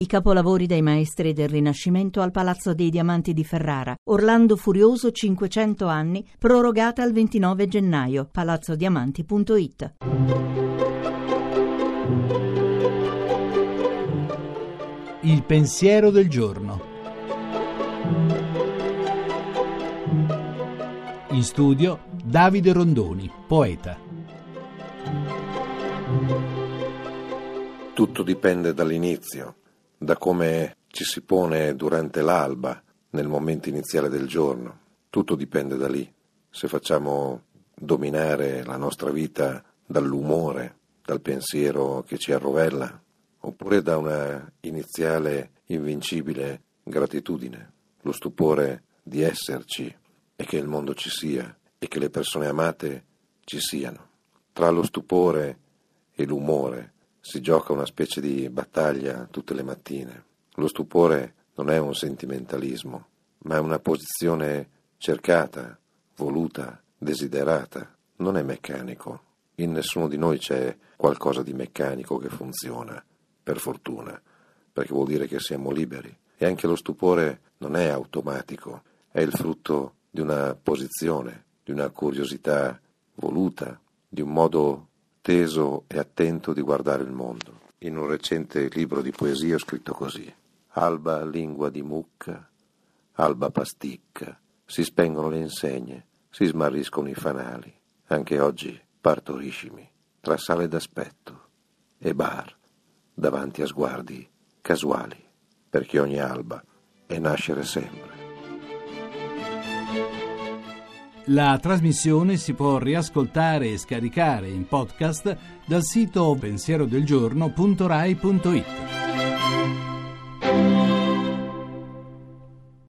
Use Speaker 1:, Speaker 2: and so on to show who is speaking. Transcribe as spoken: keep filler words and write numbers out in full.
Speaker 1: I capolavori dei maestri del Rinascimento al Palazzo dei Diamanti di Ferrara. Orlando Furioso cinquecento anni, prorogata al ventinove gennaio. palazzo diamanti punto it.
Speaker 2: Il pensiero del giorno. In studio Davide Rondoni, poeta.
Speaker 3: Tutto dipende dall'inizio, da come ci si pone durante l'alba, nel momento iniziale del giorno. Tutto dipende da lì. Se facciamo dominare la nostra vita dall'umore, dal pensiero che ci arrovella, oppure da una iniziale invincibile gratitudine, lo stupore di esserci e che il mondo ci sia e che le persone amate ci siano. Tra lo stupore e l'umore si gioca una specie di battaglia tutte le mattine. Lo stupore non è un sentimentalismo, ma è una posizione cercata, voluta, desiderata. Non è meccanico. In nessuno di noi c'è qualcosa di meccanico che funziona, per fortuna, perché vuol dire che siamo liberi. E anche lo stupore non è automatico, è il frutto di una posizione, di una curiosità voluta, di un modo teso e attento di guardare il mondo. In un recente libro di poesia ho scritto così: alba lingua di mucca, alba pasticca, si spengono le insegne, si smarriscono i fanali, anche oggi partoriscimi, tra sale d'aspetto e bar, davanti a sguardi casuali, perché ogni alba è nascere sempre.
Speaker 2: La trasmissione si può riascoltare e scaricare in podcast dal sito pensierodelgiorno punto rai punto it.